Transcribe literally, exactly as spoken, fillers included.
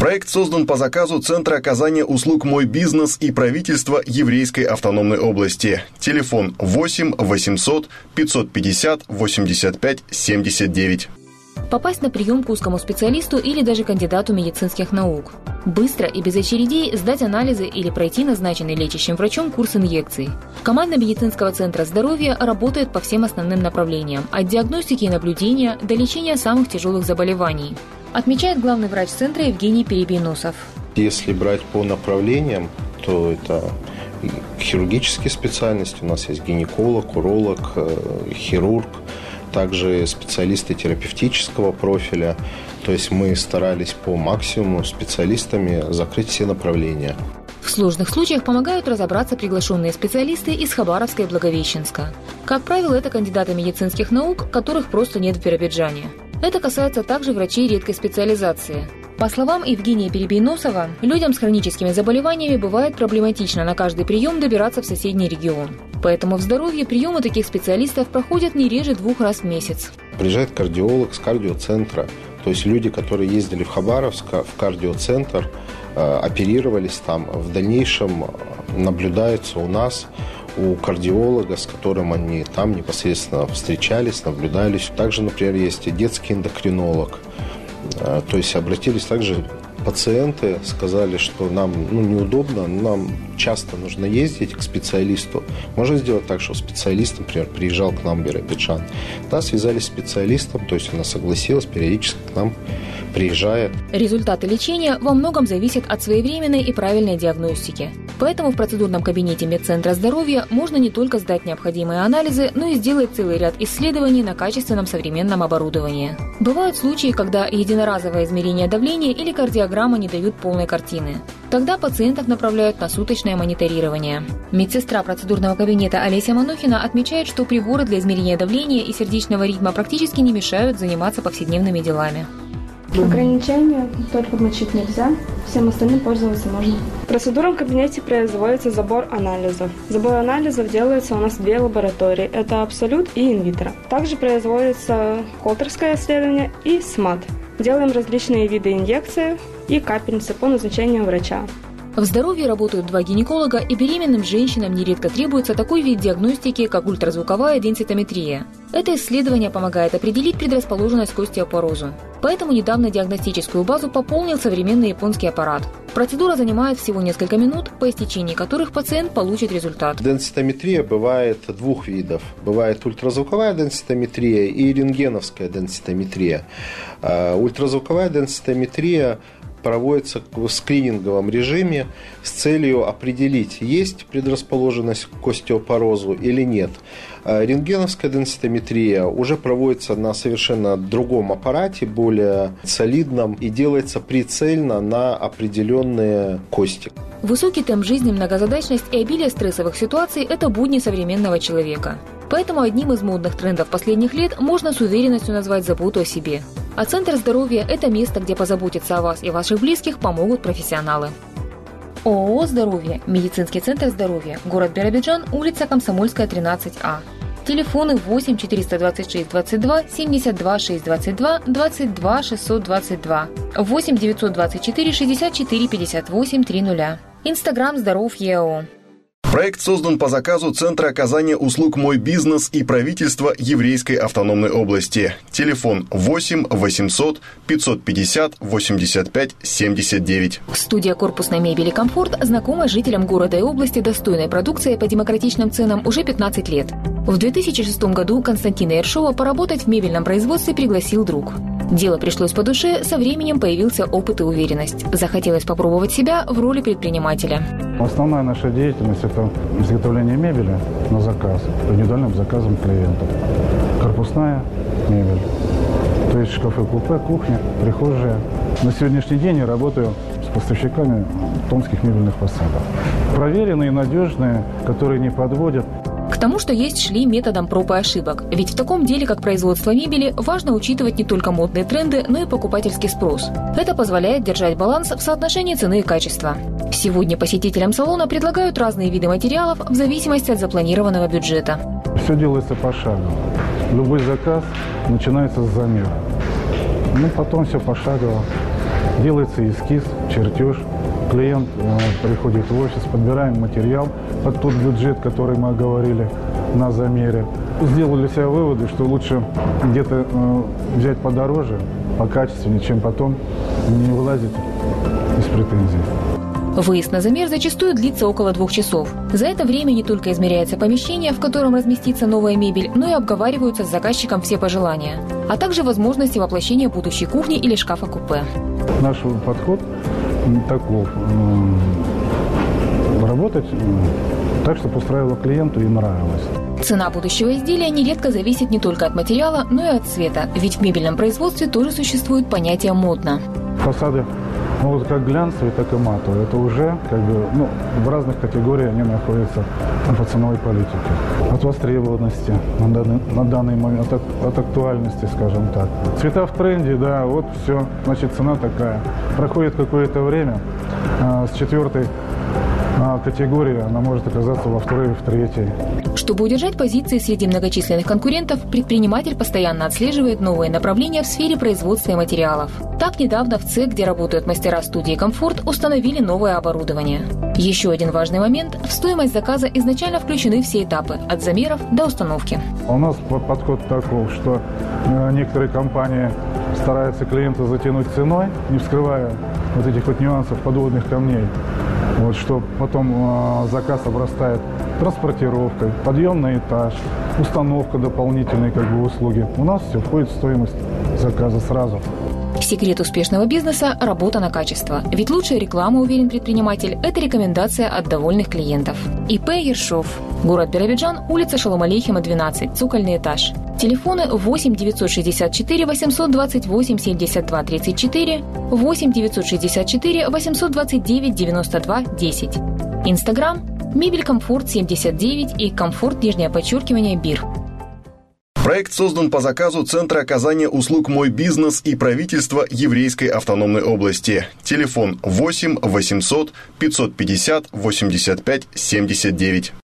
Проект создан по заказу Центра оказания услуг «Мой бизнес» и правительства Еврейской автономной области. Телефон восемь восемьсот пятьсот пятьдесят восемьдесят пять семьдесят девять. Попасть на прием к узкому специалисту или даже кандидату медицинских наук. Быстро и без очередей сдать анализы или пройти назначенный лечащим врачом курс инъекций. Команда медицинского центра здоровья работает по всем основным направлениям – от диагностики и наблюдения до лечения самых тяжелых заболеваний, отмечает главный врач центра Евгений Перебийносов. Если брать по направлениям, то это хирургические специальности. У нас есть гинеколог, уролог, хирург, также специалисты терапевтического профиля. То есть мы старались по максимуму специалистами закрыть все направления. В сложных случаях помогают разобраться приглашенные специалисты из Хабаровска и Благовещенска. Как правило, это кандидаты медицинских наук, которых просто нет в Биробиджане. Это касается также врачей редкой специализации. По словам Евгения Перебийносова, людям с хроническими заболеваниями бывает проблематично на каждый прием добираться в соседний регион. Поэтому в здоровье приемы таких специалистов проходят не реже двух раз в месяц. Приезжает кардиолог с кардиоцентра. То есть люди, которые ездили в Хабаровск, в кардиоцентр, оперировались там, в дальнейшем наблюдаются у нас, у кардиолога, с которым они там непосредственно встречались, наблюдались. Также, например, есть и детский эндокринолог. То есть обратились также пациенты, сказали, что нам ну, неудобно, нам часто нужно ездить к специалисту. Можно сделать так, что специалист, например, приезжал к нам в Биробиджан. Да, связались с специалистом, то есть она согласилась, периодически к нам приезжает. Результаты лечения во многом зависят от своевременной и правильной диагностики. Поэтому в процедурном кабинете медцентра здоровья можно не только сдать необходимые анализы, но и сделать целый ряд исследований на качественном современном оборудовании. Бывают случаи, когда единоразовое измерение давления или кардиограмма не дают полной картины. Тогда пациентов направляют на суточное мониторирование. Медсестра процедурного кабинета Олеся Манохина отмечает, что приборы для измерения давления и сердечного ритма практически не мешают заниматься повседневными делами. Ограничения только мочить нельзя, всем остальным пользоваться можно. В процедурном кабинете производится забор анализов. Забор анализов делается у нас в две лаборатории. Это Абсолют и Инвитро. Также производится холтерское исследование и СМАТ. Делаем различные виды инъекций и капельницы по назначению врача. В здоровье работают два гинеколога, и беременным женщинам нередко требуется такой вид диагностики, как ультразвуковая денситометрия. Это исследование помогает определить предрасположенность к остеопорозу. Поэтому недавно диагностическую базу пополнил современный японский аппарат. Процедура занимает всего несколько минут, по истечении которых пациент получит результат. Денситометрия бывает двух видов. Бывает ультразвуковая денситометрия и рентгеновская денситометрия. Ультразвуковая денситометрия проводится в скрининговом режиме с целью определить, есть предрасположенность к остеопорозу или нет. Рентгеновская денситометрия уже проводится на совершенно другом аппарате, более солидном, и делается прицельно на определенные кости. Высокий темп жизни, многозадачность и обилие стрессовых ситуаций – это будни современного человека. Поэтому одним из модных трендов последних лет можно с уверенностью назвать заботу о себе. А Центр здоровья – это место, где позаботиться о вас и ваших близких помогут профессионалы. ООО «Здоровье», медицинский центр здоровья, город Биробиджан, улица Комсомольская, тринадцать А. Телефоны восемь четыреста двадцать шесть двадцать два семьдесят два шестьсот двадцать два двадцать два шестьсот двадцать два, восемь девятьсот двадцать четыре шестьдесят четыре пятьдесят восемь тридцать. Инстаграм «Здоров ЕО». Проект создан по заказу Центра оказания услуг «Мой бизнес» и правительства Еврейской автономной области. Телефон восемь восемьсот пятьсот пятьдесят восемьдесят пять семьдесят девять. Студия корпусной мебели «Комфорт» знакома жителям города и области достойной продукцией по демократичным ценам уже пятнадцать лет. В две тысячи шестом году Константина Ершова поработать в мебельном производстве пригласил друг. Дело пришлось по душе, со временем появился опыт и уверенность. Захотелось попробовать себя в роли предпринимателя. Основная наша деятельность – это изготовление мебели на заказ, по индивидуальным заказам клиентов. Корпусная мебель, то есть шкафы-купе, кухня, прихожая. На сегодняшний день я работаю с поставщиками томских мебельных фасадов. Проверенные, надежные, которые не подводят. К тому, что есть, шли методом проб и ошибок. Ведь в таком деле, как производство мебели, важно учитывать не только модные тренды, но и покупательский спрос. Это позволяет держать баланс в соотношении цены и качества. Сегодня посетителям салона предлагают разные виды материалов в зависимости от запланированного бюджета. Все делается пошагово. Любой заказ начинается с замера. Ну, потом все пошагово. Делается эскиз, чертеж. Клиент э, приходит в офис, подбираем материал под тот бюджет, который мы оговорили на замере. Сделали для себя выводы, что лучше где-то э, взять подороже, покачественнее, чем потом не вылазить из претензий. Выезд на замер зачастую длится около двух часов. За это время не только измеряется помещение, в котором разместится новая мебель, но и обговариваются с заказчиком все пожелания, а также возможности воплощения будущей кухни или шкафа-купе. Наш подход таков. Работать так, чтобы устраивало клиенту и нравилось. Цена будущего изделия нередко зависит не только от материала, но и от цвета, ведь в мебельном производстве тоже существует понятие «модно». Фасады могут как глянцевые, так и матовые. Это уже как бы, ну, в разных категориях они находятся по ценовой политике. От востребованности на данный, на данный момент, от, от актуальности, скажем так. Цвета в тренде, да, вот все, значит, цена такая. Проходит какое-то время, а, с четвертой а, категории она может оказаться во второй и в третьей. Чтобы удержать позиции среди многочисленных конкурентов, предприниматель постоянно отслеживает новые направления в сфере производства и материалов. Так, недавно в цех, где работают мастера студии «Комфорт», установили новое оборудование. Еще один важный момент – в стоимость заказа изначально включены все этапы – от замеров до установки. У нас подход такой, что некоторые компании стараются клиента затянуть ценой, не вскрывая вот этих вот нюансов подводных камней. Вот, что потом э, заказ обрастает транспортировкой, подъем на этаж, установка дополнительной как бы услуги. У нас все входит в стоимость заказа сразу. Секрет успешного бизнеса – работа на качество. Ведь лучшая реклама, уверен предприниматель, это рекомендация от довольных клиентов. ИП Ершов. Город Биробиджан, улица Шолом Алейхема, двенадцать, цокольный этаж. Телефоны восемь девятьсот шестьдесят четыре восемьсот двадцать восемь семьдесят два тридцать четыре, восемь девятьсот шестьдесят четыре восемьсот двадцать девять девяносто два десять. Инстаграм – Мебель Комфорт семьдесят девять и Комфорт, нижнее подчеркивание, Бир. Проект создан по заказу Центра оказания услуг «Мой бизнес» и правительства Еврейской автономной области. Телефон восемь восемьсот пятьсот пятьдесят восемьдесят пять семьдесят девять.